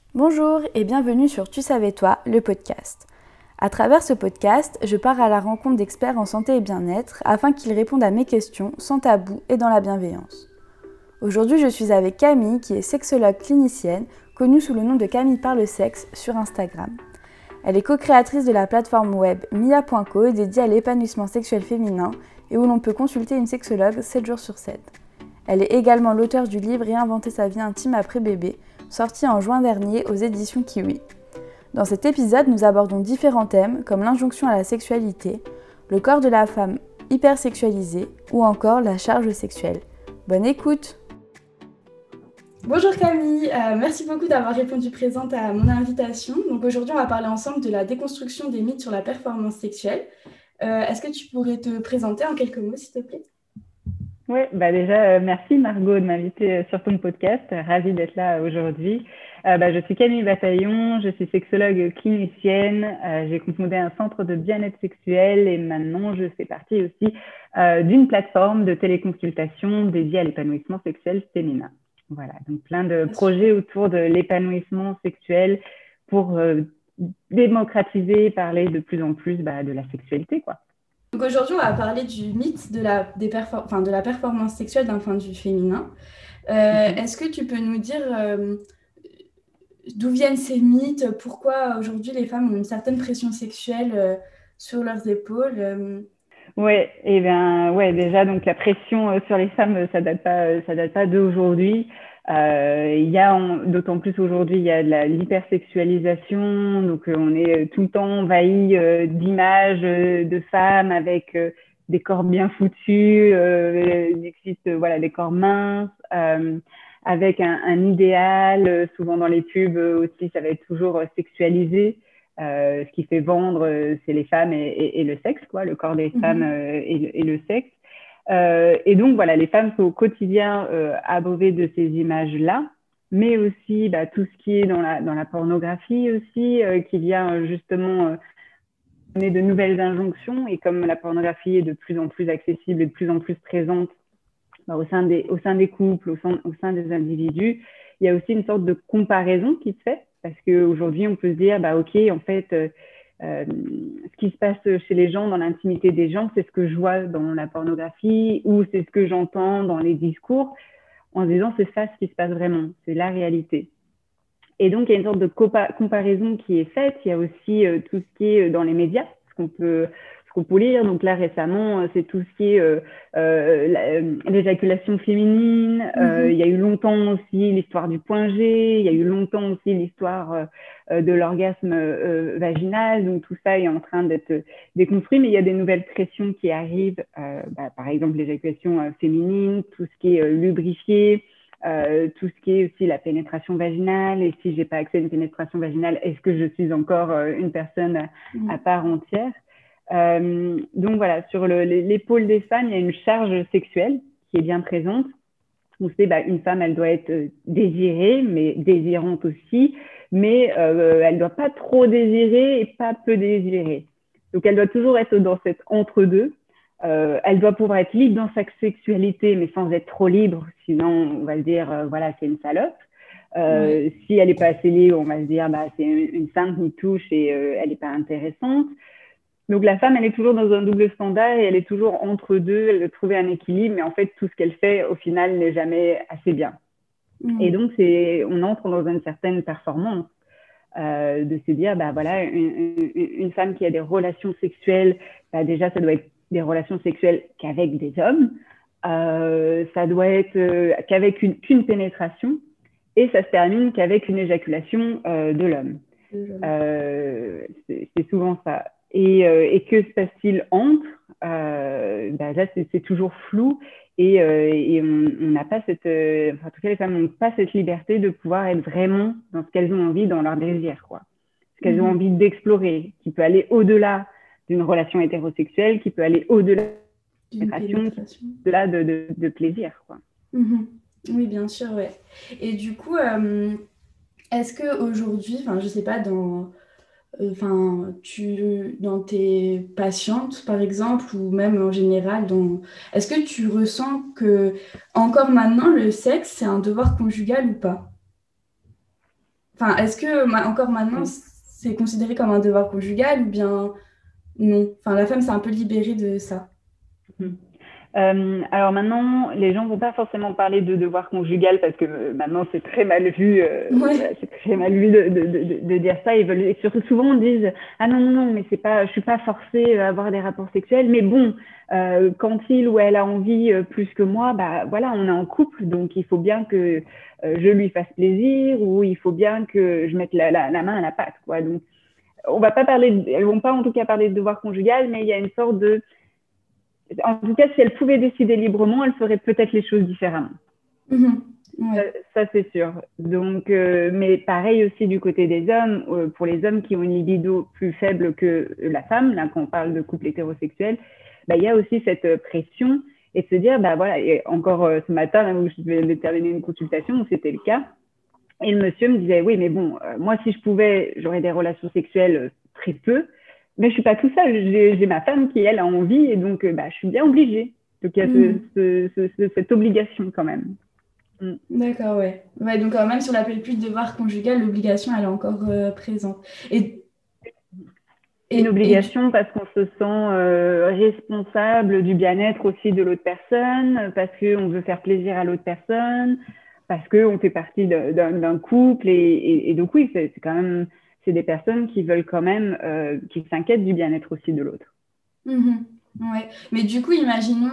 Bonjour et bienvenue sur Tu savais toi, le podcast. À travers ce podcast, je pars à la rencontre d'experts en santé et bien-être afin qu'ils répondent à mes questions sans tabou et dans la bienveillance. Aujourd'hui, je suis avec Camille qui est sexologue clinicienne, connue sous le nom de Camille Parle Sexe sur Instagram. Elle est co-créatrice de la plateforme web mia.co dédiée à l'épanouissement sexuel féminin et où l'on peut consulter une sexologue 7 jours sur 7. Elle est également l'auteure du livre Réinventer sa vie intime après bébé, sorti en juin dernier aux éditions Kiwi. Dans cet épisode, nous abordons différents thèmes comme l'injonction à la sexualité, le corps de la femme hypersexualisé ou encore la charge sexuelle. Bonne écoute! Bonjour Camille, merci beaucoup d'avoir répondu présente à mon invitation. Donc aujourd'hui, on va parler ensemble de la déconstruction des mythes sur la performance sexuelle. Est-ce que tu pourrais te présenter en quelques mots, s'il te plaît? Oui, déjà, merci Margot de m'inviter sur ton podcast. Ravie d'être là aujourd'hui. Je suis Camille Bataillon, je suis sexologue clinicienne. J'ai cofondé un centre de bien-être sexuel et maintenant je fais partie aussi d'une plateforme de téléconsultation dédiée à l'épanouissement sexuel féminin. Voilà, donc plein de projets autour de l'épanouissement sexuel pour démocratiser, parler de plus en plus de la sexualité, quoi. Donc aujourd'hui, on va parler du mythe de la performance sexuelle d'un point de vue féminin. Est-ce que tu peux nous dire d'où viennent ces mythes? Pourquoi aujourd'hui les femmes ont une certaine pression sexuelle sur leurs épaules? Ouais, déjà donc la pression sur les femmes, ça date pas d'aujourd'hui. D'autant plus aujourd'hui, il y a de l'hypersexualisation, donc on est tout le temps envahi d'images de femmes avec des corps bien foutus, il existe des corps minces, avec un idéal. Souvent dans les pubs aussi, ça va être toujours sexualisé. Ce qui fait vendre, c'est les femmes et le sexe, quoi, le corps des femmes et le sexe. Et donc, voilà, les femmes sont au quotidien abreuvées de ces images-là, mais aussi tout ce qui est dans la pornographie aussi, qui vient justement donner de nouvelles injonctions. Et comme la pornographie est de plus en plus accessible et de plus en plus présente au sein des couples, au sein des individus, il y a aussi une sorte de comparaison qui se fait. Parce qu'aujourd'hui, on peut se dire, OK, en fait, ce qui se passe chez les gens, dans l'intimité des gens, c'est ce que je vois dans la pornographie ou c'est ce que j'entends dans les discours, en se disant, c'est ça ce qui se passe vraiment, c'est la réalité. Et donc, il y a une sorte de comparaison qui est faite. Il y a aussi tout ce qui est dans les médias, ce qu'on peut lire. Donc là, récemment, c'est tout ce qui est l'éjaculation féminine. Il y a eu longtemps aussi l'histoire du point G. Il y a eu longtemps aussi l'histoire de l'orgasme vaginal. Donc tout ça est en train d'être déconstruit. Mais il y a des nouvelles pressions qui arrivent. Par exemple, l'éjaculation féminine, tout ce qui est lubrifié. Tout ce qui est aussi la pénétration vaginale, et si j'ai pas accès à une pénétration vaginale, est-ce que je suis encore une personne à part entière? Donc voilà, sur l'épaule des femmes, il y a une charge sexuelle qui est bien présente. On sait une femme, elle doit être désirée, mais désirante aussi, mais elle doit pas trop désirer et pas peu désirer. Donc elle doit toujours être dans cet entre-deux. Elle doit pouvoir être libre dans sa sexualité, mais sans être trop libre, sinon on va se dire, c'est une salope. Si elle n'est pas assez libre, on va se dire, c'est une femme qui touche et elle n'est pas intéressante. Donc la femme, elle est toujours dans un double standard et elle est toujours entre deux, elle doit trouver un équilibre, mais en fait, tout ce qu'elle fait, au final, n'est jamais assez bien. Et donc, on entre dans une certaine performance. De se dire, une femme qui a des relations sexuelles, déjà, ça doit être des relations sexuelles qu'avec des hommes, ça doit être qu'avec qu'une pénétration, et ça se termine qu'avec une éjaculation de l'homme. C'est souvent ça. Et que se passe-t-il entre là, c'est toujours flou, et on n'a pas cette... en tout cas, les femmes n'ont pas cette liberté de pouvoir être vraiment dans ce qu'elles ont envie, dans leur désir, quoi. Ce qu'elles ont envie d'explorer, qui peut aller au-delà d'une relation hétérosexuelle, qui peut aller au-delà d'une pénétration, au-delà de plaisir, quoi. Oui, bien sûr, ouais. Et du coup, est-ce qu'aujourd'hui, je sais pas, dans tes patientes, par exemple, ou même en général, est-ce que tu ressens que, encore maintenant, le sexe, c'est un devoir conjugal ou pas? Enfin, est-ce que encore maintenant, c'est considéré comme un devoir conjugal ou bien non? Enfin, la femme s'est un peu libérée de ça. Alors maintenant, les gens vont pas forcément parler de devoir conjugal parce que maintenant c'est très mal vu, Ouais. c'est très mal vu de dire ça. Ils veulent, et surtout souvent on dit ah non non non mais c'est pas, je suis pas forcée à avoir des rapports sexuels, mais bon quand il ou elle a envie plus que moi, bah voilà on est en couple donc il faut bien que je lui fasse plaisir ou il faut bien que je mette la main à la pâte quoi. Donc on va pas parler, elles vont pas en tout cas parler de devoir conjugal, mais il y a une sorte de en tout cas, si elle pouvait décider librement, elle ferait peut-être les choses différemment. Mhm. Ouais. Ça c'est sûr. Donc, mais pareil aussi du côté des hommes, pour les hommes qui ont une libido plus faible que la femme, là, quand on parle de couple hétérosexuel, bah, il y a aussi cette pression et de se dire, bah voilà, et encore ce matin, là, où je vais terminer une consultation, où c'était le cas, et le monsieur me disait, oui, mais bon, moi, si je pouvais, j'aurais des relations sexuelles très peu, mais je suis pas tout seul. J'ai ma femme qui, elle, a envie, et donc, bah, je suis bien obligée. Donc, il y a Mhm. cette obligation quand même. Mm. D'accord, ouais. Ouais, donc même si on l'appelle plus devoir conjugal, l'obligation, elle est encore présente. Et, Une et obligation parce qu'on se sent responsable du bien-être aussi de l'autre personne, parce qu'on veut faire plaisir à l'autre personne, parce qu'on fait partie d'un couple. Et donc oui, c'est quand même, c'est des personnes qui veulent quand même, qui s'inquiètent du bien-être aussi de l'autre. Mhm. Ouais. Mais du coup, imaginons,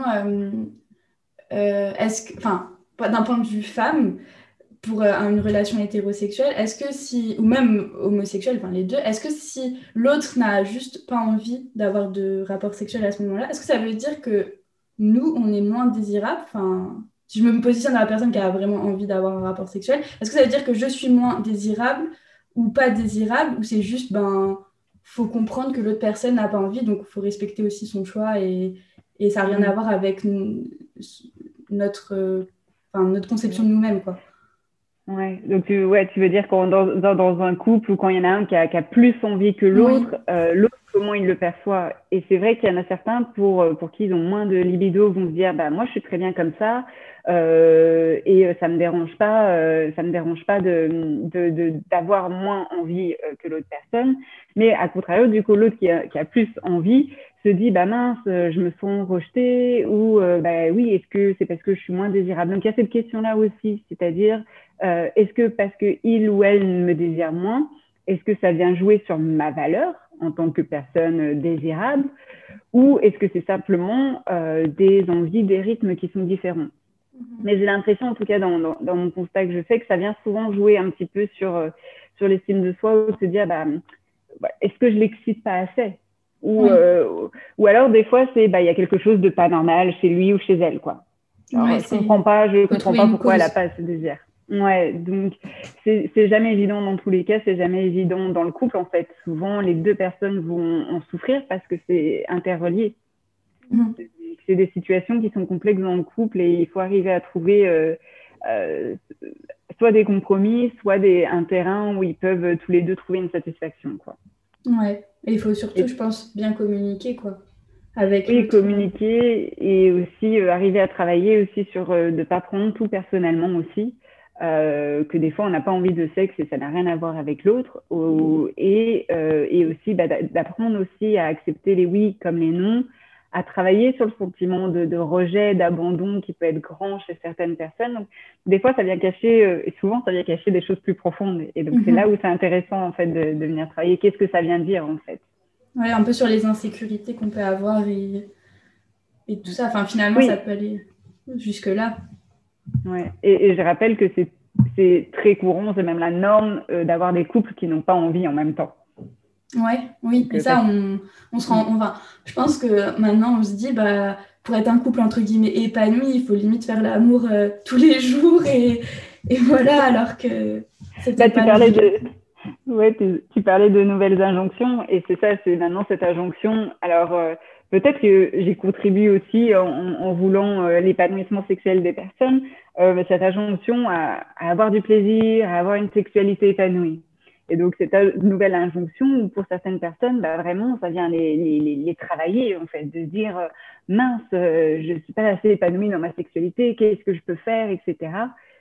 est-ce que, enfin, d'un point de vue femme, pour une relation hétérosexuelle, est-ce que si, ou même homosexuelle, enfin les deux, est-ce que si l'autre n'a juste pas envie d'avoir de rapport sexuel à ce moment-là, est-ce que ça veut dire que nous, on est moins désirables? Enfin, si je me positionne dans la personne qui a vraiment envie d'avoir un rapport sexuel, est-ce que ça veut dire que je suis moins désirable ou pas désirable, ou c'est juste, ben, faut comprendre que l'autre personne n'a pas envie, donc il faut respecter aussi son choix et ça n'a rien à Mm. voir avec notre, enfin, notre conception de nous-mêmes, quoi. Ouais, donc ouais, tu veux dire quand dans un couple ou quand il y en a un qui a plus envie que Oui. l'autre, l'autre comment il le perçoit. Et c'est vrai qu'il y en a certains pour qui ils ont moins de libido vont se dire bah moi je suis très bien comme ça et ça me dérange pas d'avoir moins envie que l'autre personne. Mais à contrario du coup l'autre qui a plus envie se dit bah mince je me sens rejetée ou bah oui est-ce que c'est parce que je suis moins désirable. Donc il y a cette question là aussi, c'est-à-dire est-ce que parce qu'il ou elle me désire moins, est-ce que ça vient jouer sur ma valeur en tant que personne désirable ou est-ce que c'est simplement des envies, des rythmes qui sont différents? Mais j'ai l'impression, en tout cas dans mon constat que je fais, que ça vient souvent jouer un petit peu sur l'estime de soi ou se dire bah, est-ce que je l'excite pas assez Oui, ou alors des fois c'est bah il y a quelque chose de pas normal chez lui ou chez elle quoi. ouais, Alors je faut comprends trouver pas une pourquoi elle a cause. pas ce désir. Ouais, donc c'est jamais évident dans tous les cas, c'est jamais évident dans le couple en fait. Souvent les deux personnes vont en souffrir parce que c'est interrelié. Mhm. C'est des situations qui sont complexes dans le couple et il faut arriver à trouver euh, soit des compromis, soit un terrain où ils peuvent tous les deux trouver une satisfaction quoi. Ouais. Et il faut surtout, Et je pense, bien communiquer, quoi, avec oui, l'autre. communiquer et aussi arriver à travailler aussi sur de ne pas prendre tout personnellement aussi. Que des fois on n'a pas envie de sexe et ça n'a rien à voir avec l'autre. Et aussi bah, d'apprendre aussi à accepter les oui comme les non, à travailler sur le sentiment de rejet, d'abandon qui peut être grand chez certaines personnes. Donc, des fois ça vient cacher, et souvent ça vient cacher des choses plus profondes. Et donc c'est là où Mhm. c'est intéressant en fait de venir travailler. Qu'est-ce que ça vient dire en fait? Ouais, un peu sur les insécurités qu'on peut avoir et tout ça. Enfin, finalement, ça Oui, peut aller jusque-là. ouais. Et je rappelle que c'est très courant, c'est même la norme d'avoir des couples qui n'ont pas envie en même temps. Ouais, oui. Donc, Et ça, on se rend. mm, Enfin, je pense que maintenant, on se dit, bah, pour être un couple, entre guillemets, épanoui, il faut limite faire l'amour tous les jours et voilà, alors que c'était bah, pas le but. ouais, tu parlais de nouvelles injonctions et c'est ça, c'est maintenant cette injonction. Alors, peut-être que j'y contribue aussi en voulant l'épanouissement sexuel des personnes, cette injonction à avoir du plaisir, à avoir une sexualité épanouie. Et donc, cette nouvelle injonction, pour certaines personnes, bah, vraiment, ça vient les travailler, en fait, de se dire, mince, je ne suis pas assez épanouie dans ma sexualité, qu'est-ce que je peux faire, etc.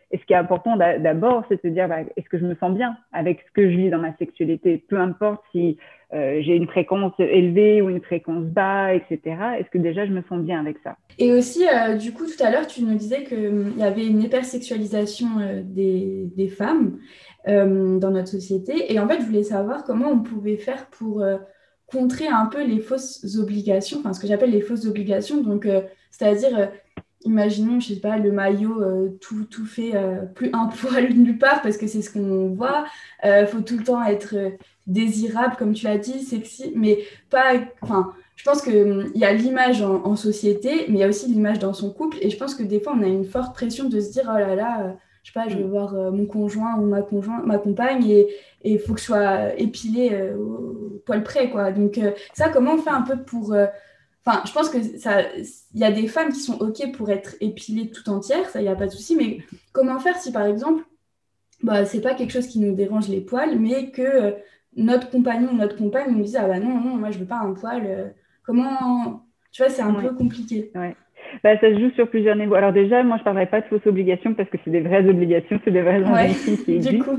Et ce qui est important d'abord, c'est de se dire, est-ce que je me sens bien avec ce que je vis dans ma sexualité? Peu importe si j'ai une fréquence élevée ou une fréquence bas, etc. Est-ce que déjà je me sens bien avec ça? Et aussi, du coup, tout à l'heure, tu nous disais qu'il y avait une hypersexualisation des femmes dans notre société. Et en fait, je voulais savoir comment on pouvait faire pour contrer un peu les fausses obligations, enfin, ce que j'appelle les fausses obligations. Donc, c'est-à-dire, imaginons, je sais pas, le maillot tout fait plus un poil nulle part parce que c'est ce qu'on voit. Faut tout le temps être désirable, comme tu l'as dit, sexy, mais pas... Enfin, je pense qu'il y a l'image en société, mais il y a aussi l'image dans son couple. Et je pense que des fois, on a une forte pression de se dire, oh là là, je sais pas, je vais voir mon conjoint ou ma compagne et il faut que je sois épilée au poil près, quoi. Donc ça, comment on fait un peu pour... Enfin, je pense que ça, il y a des femmes qui sont OK pour être épilées tout entière, ça, il n'y a pas de souci. Mais comment faire si, par exemple, bah, c'est pas quelque chose qui nous dérange les poils, mais que notre compagnon ou notre compagne nous dise, ah bah non, non, moi je veux pas un poil. Comment, tu vois, c'est un peu compliqué. Ouais. Ça se joue sur plusieurs niveaux. Alors déjà, moi, je ne parlerai pas de fausses obligations parce que c'est des vraies obligations, c'est des vraies injonctions qui existent.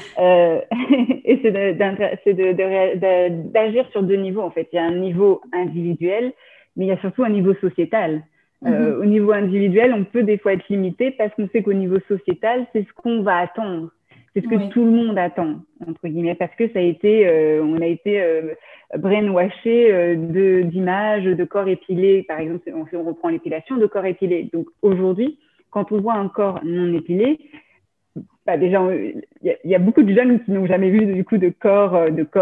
Et c'est d'agir sur deux niveaux, en fait. Il y a un niveau individuel, mais il y a surtout un niveau sociétal. Au niveau individuel, on peut des fois être limité parce qu'on sait qu'au niveau sociétal, c'est ce qu'on va attendre. C'est ce que tout le monde attend, entre guillemets, parce que ça a été, on a été brainwashé d'images de corps épilés, par exemple, si on reprend l'épilation, de corps épilés. Donc aujourd'hui, quand on voit un corps non épilé, déjà, il y a beaucoup de jeunes qui n'ont jamais vu du coup de corps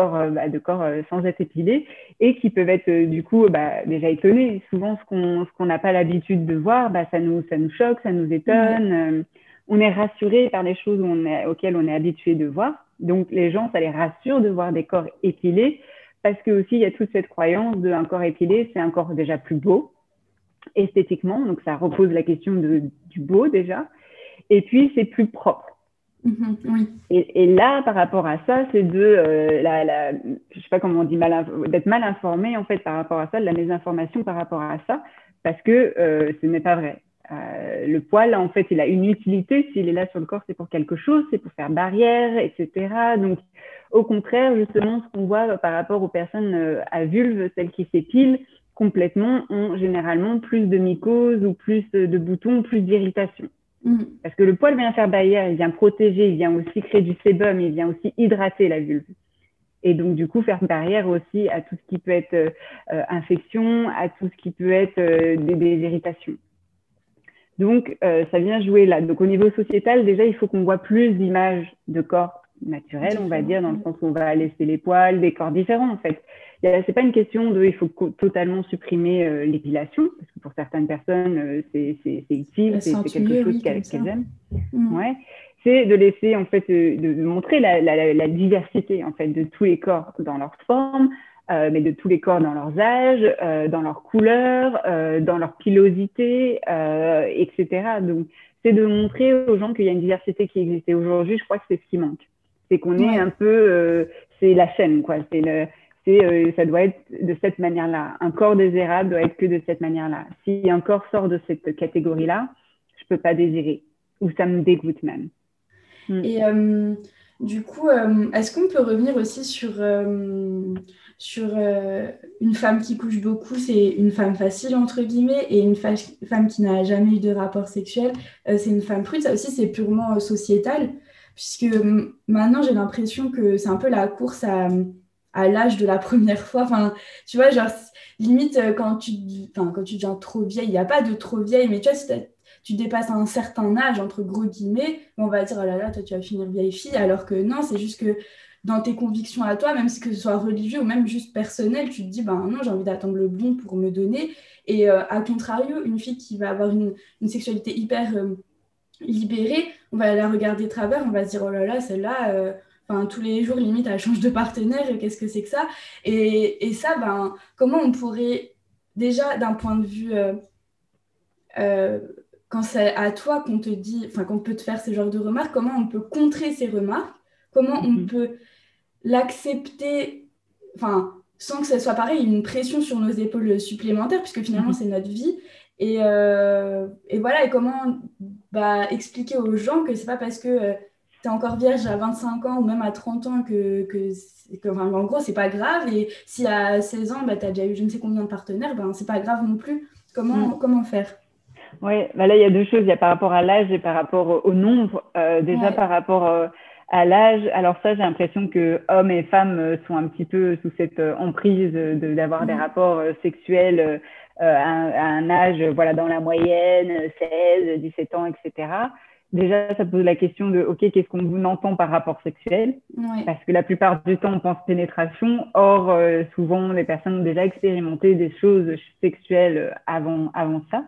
sans être épilé et qui peuvent être du coup déjà étonnés. Souvent, ce qu'on n'a pas l'habitude de voir, ça nous choque, ça nous étonne. On est rassuré par les choses auxquelles on est habitué de voir. Donc, les gens, ça les rassure de voir des corps épilés parce que aussi, il y a toute cette croyance d'un corps épilé, c'est un corps déjà plus beau esthétiquement. Donc, ça repose la question du beau déjà. Et puis, c'est plus propre. Oui. Et là, par rapport à ça, c'est je sais pas comment on dit, d'être mal informé en fait par rapport à ça, de la mésinformation par rapport à ça, parce que ce n'est pas vrai. Le poil, en fait, il a une utilité. S'il est là sur le corps, c'est pour quelque chose, c'est pour faire barrière, etc. Donc, au contraire, justement, ce qu'on voit par rapport aux personnes à vulve, celles qui s'épilent complètement, ont généralement plus de mycoses ou plus de boutons, plus d'irritation. Parce que le poil vient faire barrière, il vient protéger, il vient aussi créer du sébum, il vient aussi hydrater la vulve. Et donc, du coup, faire barrière aussi à tout ce qui peut être infection, à tout ce qui peut être des irritations. Donc, ça vient jouer là. Donc, au niveau sociétal, déjà, il faut qu'on voit plus d'images de corps naturels, on va dire, dans le sens où on va laisser les poils, des corps différents, en fait. C'est pas une question il faut totalement supprimer l'épilation, parce que pour certaines personnes, c'est utile, c'est quelque chose qu'elles aiment. Ouais. C'est de laisser, en fait, de montrer la diversité, en fait, de tous les corps dans leur forme, mais de tous les corps dans leurs âges, dans leur couleur, dans leur pilosité, etc. Donc, c'est de montrer aux gens qu'il y a une diversité qui existe. Et aujourd'hui, je crois que c'est ce qui manque. C'est qu'on est un peu, c'est la chaîne, quoi. Ça doit être de cette manière-là. Un corps désirable doit être que de cette manière-là. Si un corps sort de cette catégorie-là, je peux pas désirer. Ou ça me dégoûte même. Et du coup, est-ce qu'on peut revenir aussi sur une femme qui couche beaucoup, c'est une femme facile, entre guillemets, et une femme qui n'a jamais eu de rapport sexuel, c'est une femme prude. Ça aussi, c'est purement sociétal, puisque maintenant, j'ai l'impression que c'est un peu la course à l'âge de la première fois. Enfin, tu vois, genre, limite, quand tu deviens trop vieille, il n'y a pas de trop vieille, mais tu vois, si tu dépasses un certain âge, entre gros guillemets, on va dire, oh là là, toi, tu vas finir vieille fille, alors que non, c'est juste que dans tes convictions à toi, même si que ce soit religieux ou même juste personnel, tu te dis, ben non, j'ai envie d'attendre le bon pour me donner. Et à contrario, une fille qui va avoir une sexualité hyper libérée, on va la regarder de travers, on va se dire, oh là là, celle-là... tous les jours, limite, elle change de partenaire, qu'est-ce que c'est que ça? Et ça, comment on pourrait, déjà, d'un point de vue... quand c'est à toi qu'on te dit, enfin qu'on peut te faire ce genre de remarques, comment on peut contrer ces remarques, comment on peut l'accepter, sans que ce soit pareil, une pression sur nos épaules supplémentaire, puisque finalement c'est notre vie, Et voilà, et comment expliquer aux gens que c'est pas parce que tu es encore vierge à 25 ans ou même à 30 ans enfin, en gros, c'est pas grave. Et si à 16 ans, tu as déjà eu je ne sais combien de partenaires, c'est pas grave non plus. Comment faire? Oui, là, il y a deux choses. Il y a par rapport à l'âge et par rapport au nombre. Déjà, Ouais. par rapport à l'âge, alors ça, j'ai l'impression que hommes et femmes sont un petit peu sous cette emprise d'avoir des Mm. rapports sexuels à un âge, voilà, dans la moyenne, 16, 17 ans, etc. Déjà, ça pose la question de, OK, qu'est-ce qu'on entend par rapport sexuel? Ouais. Parce que la plupart du temps, on pense pénétration. Or, souvent, les personnes ont déjà expérimenté des choses sexuelles avant ça.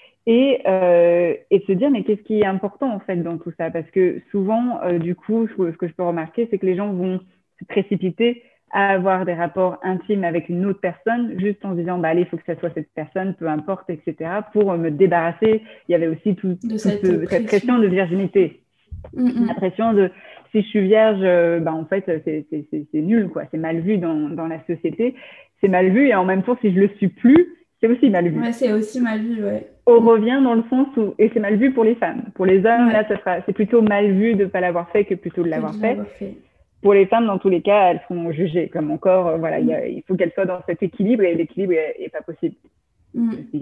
Et se dire, mais qu'est-ce qui est important en fait dans tout ça? Parce que souvent, du coup, ce que je peux remarquer, c'est que les gens vont se précipiter à avoir des rapports intimes avec une autre personne, juste en se disant, bah allez, il faut que ça soit cette personne, peu importe, etc., pour me débarrasser. Il y avait aussi De cette cette pression pression. de virginité. La pression de, si je suis vierge, bah en fait, c'est nul, quoi. C'est mal vu dans la société. C'est mal vu, et en même temps, si je le suis plus, c'est aussi mal vu. Ouais, c'est aussi mal vu, ouais. On revient dans le sens où, et c'est mal vu pour les femmes. Pour les hommes, là, Ouais, c'est plutôt mal vu de ne pas l'avoir fait que plutôt de que l'avoir de fait. l'avoir fait. Pour les femmes, dans tous les cas, elles seront jugées comme encore, voilà, Mm. il faut qu'elles soient dans cet équilibre et l'équilibre est pas possible. Mm.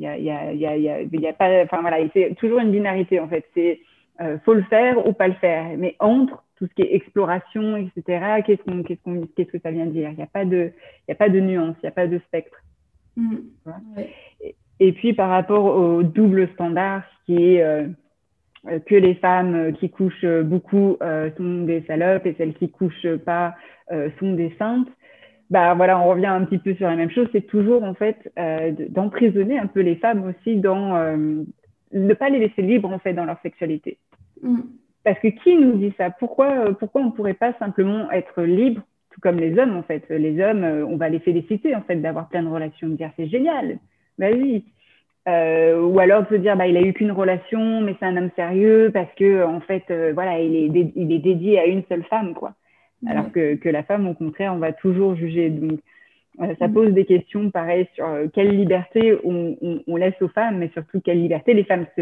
Il y a pas, enfin voilà, c'est toujours une binarité en fait. C'est faut le faire ou pas le faire. Mais entre tout ce qui est exploration, etc., qu'est-ce que ça vient dire? Il y a pas de nuance, il y a pas de spectre. Mm. Voilà. Ouais. Et puis par rapport au double standard, qui est que les femmes qui couchent beaucoup sont des salopes et celles qui couchent pas sont des saintes. Bah voilà, on revient un petit peu sur la même chose. C'est toujours en fait d'emprisonner un peu les femmes aussi dans ne pas les laisser libres en fait dans leur sexualité. Mm. Parce que qui nous dit ça? Pourquoi on pourrait pas simplement être libre, tout comme les hommes en fait? Les hommes, on va les féliciter en fait d'avoir plein de relations, de dire c'est génial. Bah oui, ou alors de se dire bah il a eu qu'une relation mais c'est un homme sérieux parce que en fait voilà il est dédié à une seule femme quoi, alors Ouais. que la femme au contraire on va toujours juger. Donc ça Mm. pose des questions pareilles sur quelle liberté on laisse aux femmes, mais surtout quelle liberté les femmes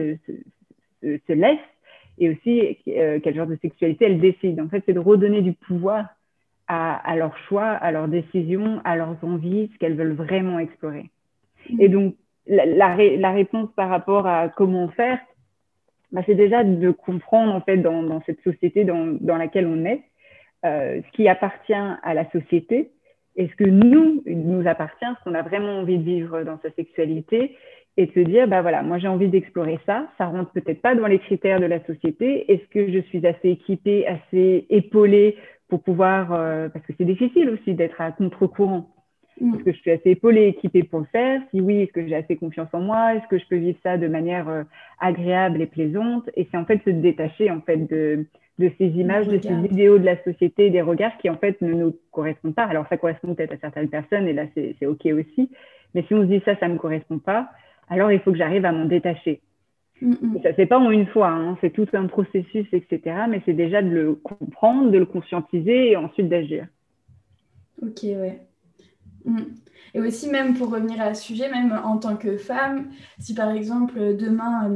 se laissent, et aussi quel genre de sexualité elles décident. En fait, c'est de redonner du pouvoir à leurs choix, à leurs décisions, à leurs envies, ce qu'elles veulent vraiment explorer. Et Mm. donc, la réponse par rapport à comment faire, bah, c'est déjà de comprendre en fait dans cette société dans laquelle on est, ce qui appartient à la société et ce que nous appartient, ce qu'on a vraiment envie de vivre dans sa sexualité, et de se dire, bah voilà, moi j'ai envie d'explorer ça, ça rentre peut-être pas dans les critères de la société, est-ce que je suis assez équipée, assez épaulée pour pouvoir, parce que c'est difficile aussi d'être à contre-courant. Est-ce Mm. que je suis assez épaulée, équipée pour le faire? Si oui, est-ce que j'ai assez confiance en moi? Est-ce que je peux vivre ça de manière agréable et plaisante? Et c'est en fait se détacher en fait de ces Le images, de ces regard. idéaux de la société, des regards qui en fait ne nous correspondent pas. Alors ça correspond peut-être à certaines personnes et là c'est ok aussi. Mais si on se dit ça, ça me correspond pas, alors il faut que j'arrive à m'en détacher. Mm. Et Mm. ça c'est pas en une fois, hein, c'est tout un processus, etc. Mais c'est déjà de le comprendre, de le conscientiser et ensuite d'agir. Ok, ouais. Mm. Et aussi, même pour revenir à ce sujet, même en tant que femme, si par exemple demain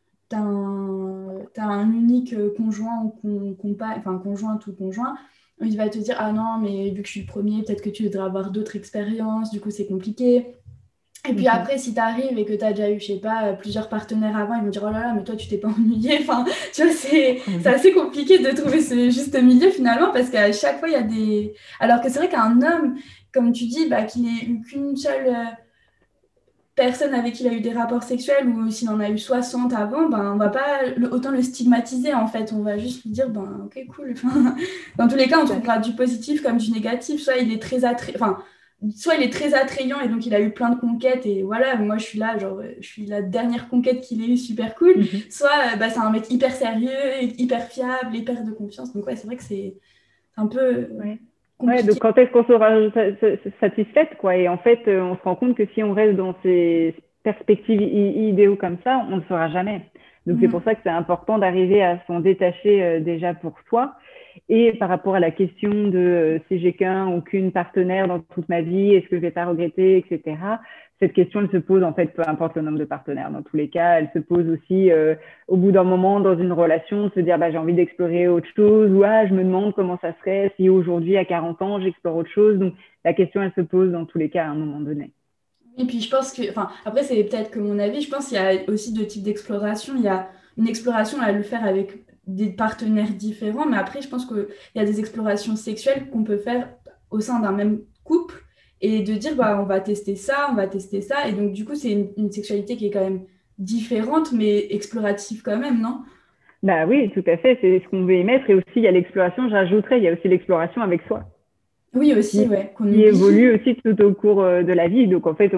t'as un unique conjoint ou enfin conjointe ou conjoint, il va te dire ah non, mais vu que je suis le premier, peut-être que tu voudrais avoir d'autres expériences, du coup c'est compliqué. Et puis Mm-hmm. après, si t'arrives et que t'as déjà eu, je sais pas, plusieurs partenaires avant, ils vont dire oh là là, mais toi tu t'es pas ennuyé. Enfin, tu vois, c'est assez compliqué de trouver ce juste milieu finalement parce qu'à chaque fois il y a des. Alors que c'est vrai qu'un homme, comme tu dis, qu'il ait eu qu'une seule personne avec qui il a eu des rapports sexuels ou s'il en a eu 60 avant, on va pas autant le stigmatiser en fait. On va juste lui dire ok, cool. Enfin, dans tous les cas, on trouvera du positif comme du négatif. Soit il est très soit il est très attrayant et donc il a eu plein de conquêtes et voilà, moi je suis là, genre je suis la dernière conquête qu'il ait eue, super cool. Mm-hmm. Soit c'est un mec hyper sérieux, hyper fiable, hyper de confiance. Donc ouais, c'est vrai que c'est un peu Ouais. Ouais, donc compliqué. quand est-ce qu'on sera satisfaite, quoi? Et en fait, on se rend compte que si on reste dans ces perspectives idéaux comme ça, on ne le fera jamais. Donc c'est pour Mhm. ça que c'est important d'arriver à s'en détacher déjà pour soi. Et par rapport à la question de si j'ai qu'un ou qu'une partenaire dans toute ma vie, est-ce que je vais pas regretter, etc. cette question, elle se pose en fait, peu importe le nombre de partenaires. Dans tous les cas, elle se pose aussi au bout d'un moment dans une relation, de se dire j'ai envie d'explorer autre chose, ou je me demande comment ça serait si aujourd'hui, à 40 ans, j'explore autre chose. Donc, la question, elle se pose dans tous les cas à un moment donné. Et puis je pense que, enfin, après c'est peut-être que mon avis, je pense qu'il y a aussi deux types d'exploration. Il y a une exploration à le faire avec des partenaires différents, mais après je pense qu'il y a des explorations sexuelles qu'on peut faire au sein d'un même couple et de dire bah on va tester ça, on va tester ça, et donc du coup c'est une sexualité qui est quand même différente mais explorative quand même, non? Bah oui, tout à fait, c'est ce qu'on veut y mettre. Et aussi, il y a l'exploration, j'ajouterais, il y a aussi l'exploration avec soi, Oui aussi, qui, ouais, qu'on qui oublie. évolue aussi tout au cours de la vie. Donc, en fait,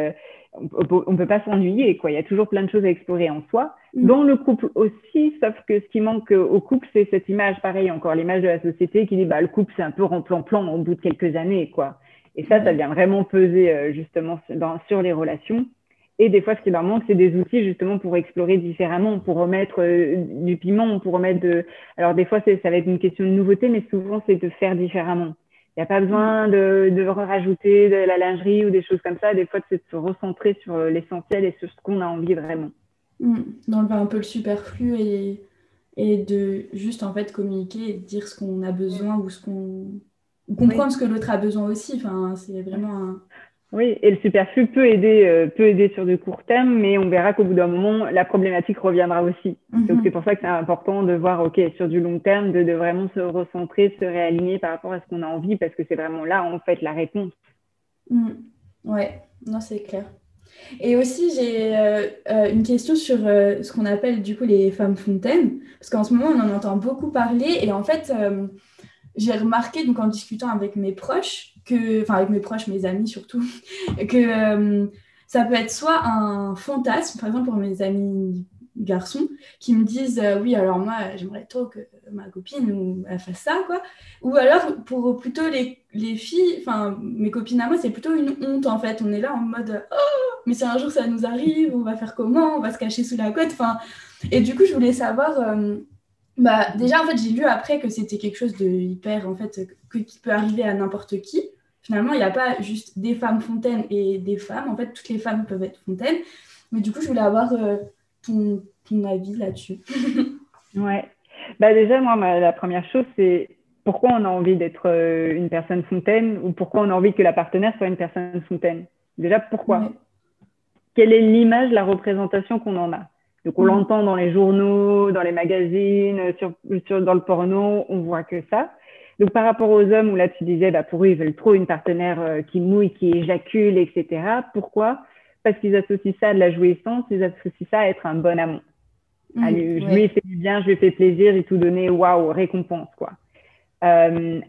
on peut pas s'ennuyer, quoi. Il y a toujours plein de choses à explorer en soi. Mm. Dans le couple aussi, sauf que ce qui manque au couple, c'est cette image, pareil, encore l'image de la société qui dit, bah, le couple, c'est un peu remplan-plan au bout de quelques années, quoi. Et ça Ouais. vient vraiment peser, justement, sur les relations. Et des fois, ce qui leur manque, c'est des outils justement pour explorer différemment, pour remettre du piment, pour remettre de. Alors des fois, ça va être une question de nouveauté, mais souvent, c'est de faire différemment. Il n'y a pas Mm. besoin de rajouter de la lingerie ou des choses comme ça. Des fois, c'est de se recentrer sur l'essentiel et sur ce qu'on a envie vraiment. Mm. D'enlever un peu le superflu et de juste en fait communiquer et de dire ce qu'on a besoin ou ce qu'on ou Oui, comprendre ce que l'autre a besoin aussi. Enfin, c'est vraiment un... oui. Et le superflu peut aider sur du court terme, mais on verra qu'au bout d'un moment, la problématique reviendra aussi. Donc c'est Mhm. pour ça que c'est important de voir, ok, sur du long terme, de vraiment se recentrer, se réaligner par rapport à ce qu'on a envie, parce que c'est vraiment là, en fait, la réponse. Mm. Ouais, non, c'est clair. Et aussi, j'ai une question sur ce qu'on appelle du coup les femmes fontaines, parce qu'en ce moment, on en entend beaucoup parler, et en fait, j'ai remarqué, donc en discutant avec mes proches, enfin avec mes proches, mes amis surtout, que ça peut être soit un fantasme, par exemple pour mes amis garçons, qui me disent oui, alors moi j'aimerais trop que ma copine ou elle fasse ça, quoi. Ou alors pour plutôt les filles, enfin mes copines à moi, c'est plutôt une honte en fait. On est là en mode oh, mais si un jour ça nous arrive, on va faire comment? On va se cacher sous la couette. Enfin, et du coup, je voulais savoir. Bah, déjà, en fait, j'ai lu après que c'était quelque chose de hyper, en fait, qui peut arriver à n'importe qui. Finalement, il n'y a pas juste des femmes fontaines et des femmes. En fait, toutes les femmes peuvent être fontaines. Mais du coup, je voulais avoir ton avis là-dessus. Ouais. Bah déjà, moi, la première chose, c'est pourquoi on a envie d'être une personne fontaine ou pourquoi on a envie que la partenaire soit une personne fontaine. Déjà, Ouais. pourquoi? Quelle est l'image, la représentation qu'on en a? Donc, on Mm. l'entend dans les journaux, dans les magazines, dans le porno, on voit que ça. Donc, par rapport aux hommes, où là, tu disais, bah, pour eux, ils veulent trop une partenaire qui mouille, qui éjacule, etc. Pourquoi? Parce qu'ils associent ça à de la jouissance, ils associent ça à être un bon amant. Mm. Allez, je lui ai Ouais. fait du bien, je lui ai fait plaisir, j'ai tout donné, waouh, récompense, quoi. Euh,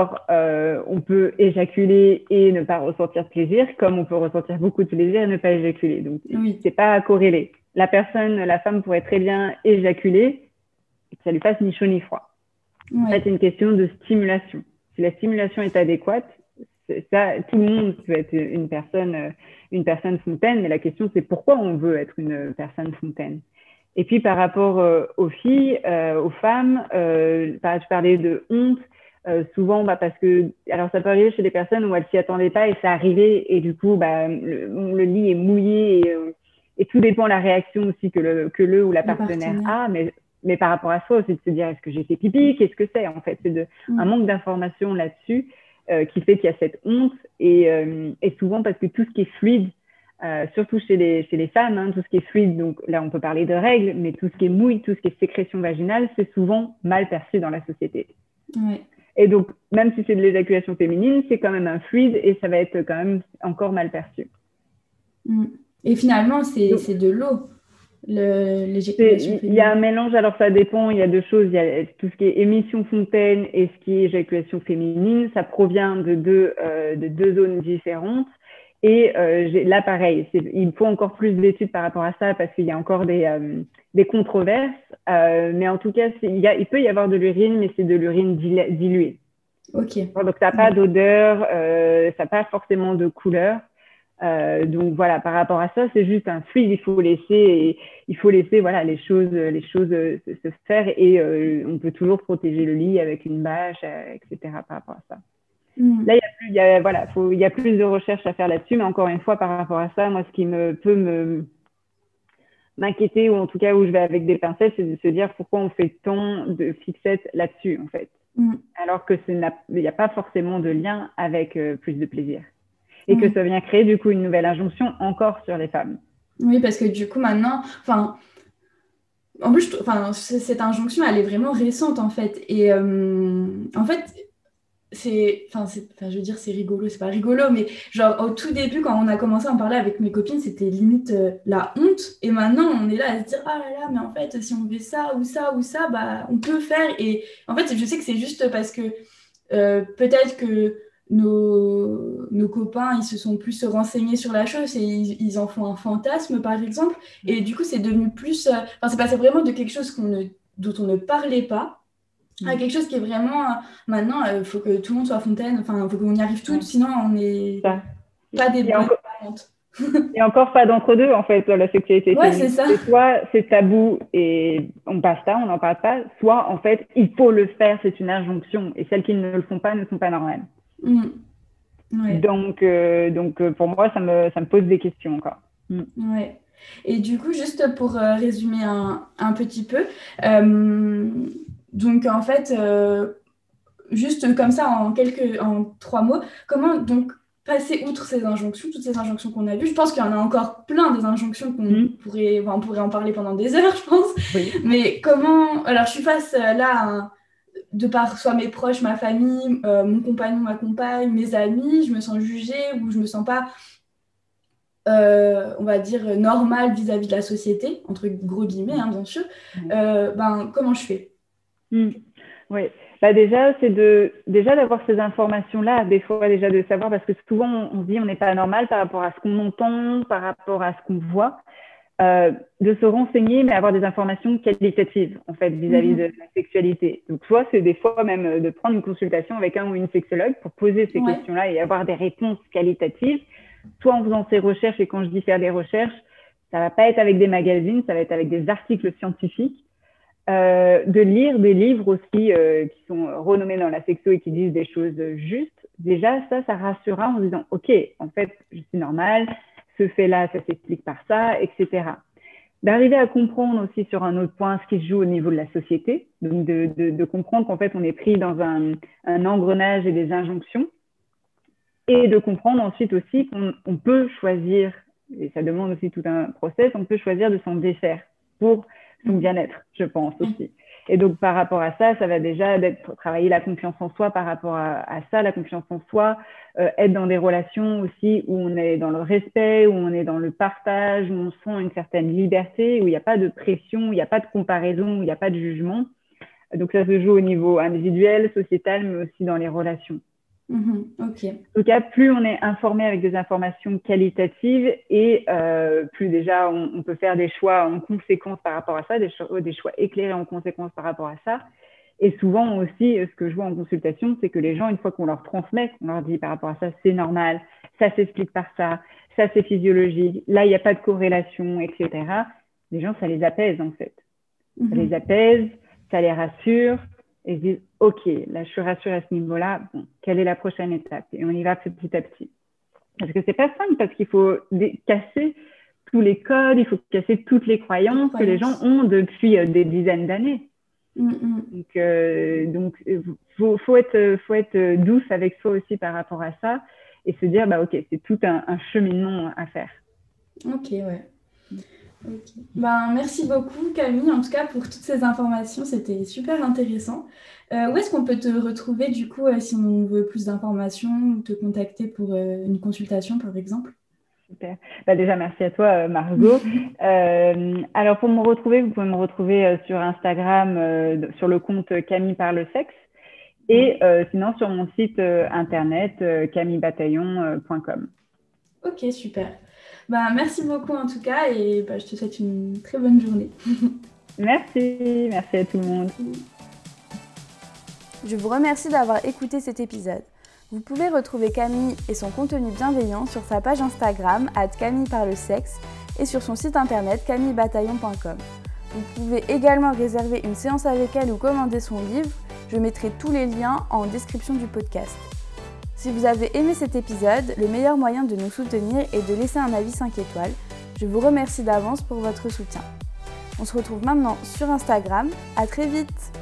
on peut éjaculer et ne pas ressentir de plaisir, comme on peut ressentir beaucoup de plaisir et ne pas éjaculer. Donc, Oui. c'est pas corrélé. La femme pourrait très bien éjaculer et que ça lui fasse ni chaud ni froid. En fait, Ouais. c'est une question de stimulation. Si la stimulation est adéquate, ça, tout le monde peut être une personne fontaine, mais la question c'est pourquoi on veut être une personne fontaine. Et puis par rapport aux filles, aux femmes, tu parlais de honte. Souvent, bah, parce que, alors ça peut arriver chez des personnes où elles s'y attendaient pas et ça arrivait et du coup, bah, le lit est mouillé et tout dépend de la réaction aussi que le ou la Le partenaire partenaire. a, mais par rapport à soi aussi de se dire est-ce que j'ai fait pipi, qu'est-ce que c'est en fait, un Mm. manque d'information là-dessus qui fait qu'il y a cette honte et souvent parce que tout ce qui est fluide, surtout chez les femmes, hein, tout ce qui est fluide, donc là on peut parler de règles, mais tout ce qui est mouille, tout ce qui est sécrétion vaginale, c'est souvent mal perçu dans la société. Ouais. Et donc, même si c'est de l'éjaculation féminine, c'est quand même un fluide et ça va être quand même encore mal perçu. Mm. Et finalement, Donc, c'est de l'eau, l'éjaculation il y a un féminine. mélange, alors ça dépend, il y a deux choses, il y a tout ce qui est émission fontaine et ce qui est éjaculation féminine, ça provient de deux zones différentes. Et là, pareil, il faut encore plus d'études par rapport à ça parce qu'il y a encore des controverses. Mais en tout cas, il peut y avoir de l'urine, mais c'est de l'urine diluée. Ok. Donc, ça n'a pas Ouais. d'odeur, ça n'a pas forcément de couleur. Donc voilà, par rapport à ça, c'est juste un fluide. Il faut laisser voilà les choses se faire et on peut toujours protéger le lit avec une bâche, etc. Par rapport à ça. Là, il y a plus de recherches à faire là-dessus, mais encore une fois, par rapport à ça, moi, ce qui peut m'inquiéter, ou en tout cas où je vais avec des pincettes, c'est de se dire pourquoi on fait tant de fixettes là-dessus, en fait. Alors que il n'y a pas forcément de lien avec plus de plaisir. Et que ça vient créer, du coup, une nouvelle injonction encore sur les femmes. Oui, parce que du coup, maintenant, en plus, cette injonction, elle est vraiment récente, en fait. Et en fait, je veux dire, c'est rigolo, c'est pas rigolo, mais genre, au tout début, quand on a commencé à en parler avec mes copines, c'était limite la honte. Et maintenant, on est là à se dire, ah là là, mais en fait, si on fait ça ou ça ou ça, bah, on peut faire. Et en fait, je sais que c'est juste parce que peut-être que nos copains, ils se sont plus renseignés sur la chose et ils en font un fantasme, par exemple. Et du coup, c'est devenu plus... c'est passé vraiment de quelque chose dont on ne parlait pas à quelque chose qui est vraiment... maintenant, il faut que tout le monde soit fontaine. Enfin, il faut qu'on y arrive toutes, sinon on n'est pas des bonnes parentes. Il n'y a encore pas d'entre-deux, en fait, dans la sexualité. Ouais, c'est ça. Soit c'est tabou et on passe ça, on n'en parle pas. Soit, en fait, il faut le faire, c'est une injonction. Et celles qui ne le font pas ne sont pas normales. Ouais. Donc, pour moi, ça me pose des questions encore. Ouais. Et du coup, juste pour résumer un petit peu, donc en fait, juste comme ça, en 3 mots, comment donc passer outre ces injonctions, toutes ces injonctions qu'on a vues? Je pense qu'il y en a encore plein des injonctions on pourrait en parler pendant des heures, je pense. Oui. Mais comment... Alors, je suis face là de par soit mes proches, ma famille, mon compagnon, ma compagne, mes amis, je me sens jugée ou je me sens pas... on va dire normale vis-à-vis de la société, entre gros guillemets, hein, bien sûr. Comment je fais? Oui, déjà, c'est d'avoir ces informations-là, des fois déjà de savoir, parce que souvent on se dit on n'est pas normal par rapport à ce qu'on entend, par rapport à ce qu'on voit, de se renseigner, mais avoir des informations qualitatives, en fait, vis-à-vis de la sexualité. Donc, soit c'est des fois même de prendre une consultation avec un ou une sexologue pour poser ces questions-là et avoir des réponses qualitatives, soit en faisant ces recherches, et quand je dis faire des recherches, ça va pas être avec des magazines, ça va être avec des articles scientifiques, de lire des livres aussi qui sont renommés dans la sexo et qui disent des choses justes. Déjà, ça rassurera en se disant, ok, en fait, je suis normale, ce fait-là, ça s'explique par ça, etc. D'arriver à comprendre aussi sur un autre point ce qui se joue au niveau de la société, donc de comprendre qu'en fait, on est pris dans un engrenage et des injonctions, et de comprendre ensuite aussi qu'on peut choisir, et ça demande aussi tout un process, on peut choisir de s'en défaire pour son bien-être, je pense aussi. Et donc, par rapport à ça, ça va déjà travailler la confiance en soi par rapport à ça, la confiance en soi, être dans des relations aussi où on est dans le respect, où on est dans le partage, où on sent une certaine liberté, où il n'y a pas de pression, où il n'y a pas de comparaison, où il n'y a pas de jugement. Donc, ça se joue au niveau individuel, sociétal, mais aussi dans les relations. Okay. En tout cas, plus on est informé avec des informations qualitatives et plus déjà on peut faire des choix en conséquence par rapport à ça, des choix éclairés en conséquence par rapport à ça. Et souvent aussi, ce que je vois en consultation, c'est que les gens, une fois qu'on leur transmet, qu'on leur dit par rapport à ça, c'est normal, ça s'explique par ça c'est physiologique, là il n'y a pas de corrélation, etc. Les gens, ça les apaise en fait. Ça les apaise, ça les rassure. Et se disent, ok, là je suis rassurée à ce niveau-là, bon, quelle est la prochaine étape? Et on y va petit à petit. Parce que c'est pas simple, parce qu'il faut casser tous les codes, il faut casser toutes les croyances que les gens ont depuis des dizaines d'années. Donc faut être douce avec soi aussi par rapport à ça et se dire, ok, c'est tout un cheminement à faire. Ok, ouais. Okay. Merci beaucoup Camille, en tout cas pour toutes ces informations, c'était super intéressant. Où est-ce qu'on peut te retrouver du coup si on veut plus d'informations ou te contacter pour une consultation par exemple? Super. Déjà, merci à toi Margot. Alors pour me retrouver, vous pouvez me retrouver sur Instagram, sur le compte Camille par le sexe et sinon sur mon site internet camillebataillon.com. Ok, super. Merci beaucoup en tout cas et je te souhaite une très bonne journée. Merci à tout le monde. Je vous remercie d'avoir écouté cet épisode. Vous pouvez retrouver Camille et son contenu bienveillant sur sa page Instagram @camilleparlesexe et sur son site internet camillebataillon.com. Vous pouvez également réserver une séance avec elle ou commander son livre. Je mettrai tous les liens en description du podcast. Si vous avez aimé cet épisode, le meilleur moyen de nous soutenir est de laisser un avis 5 étoiles. Je vous remercie d'avance pour votre soutien. On se retrouve maintenant sur Instagram. À très vite!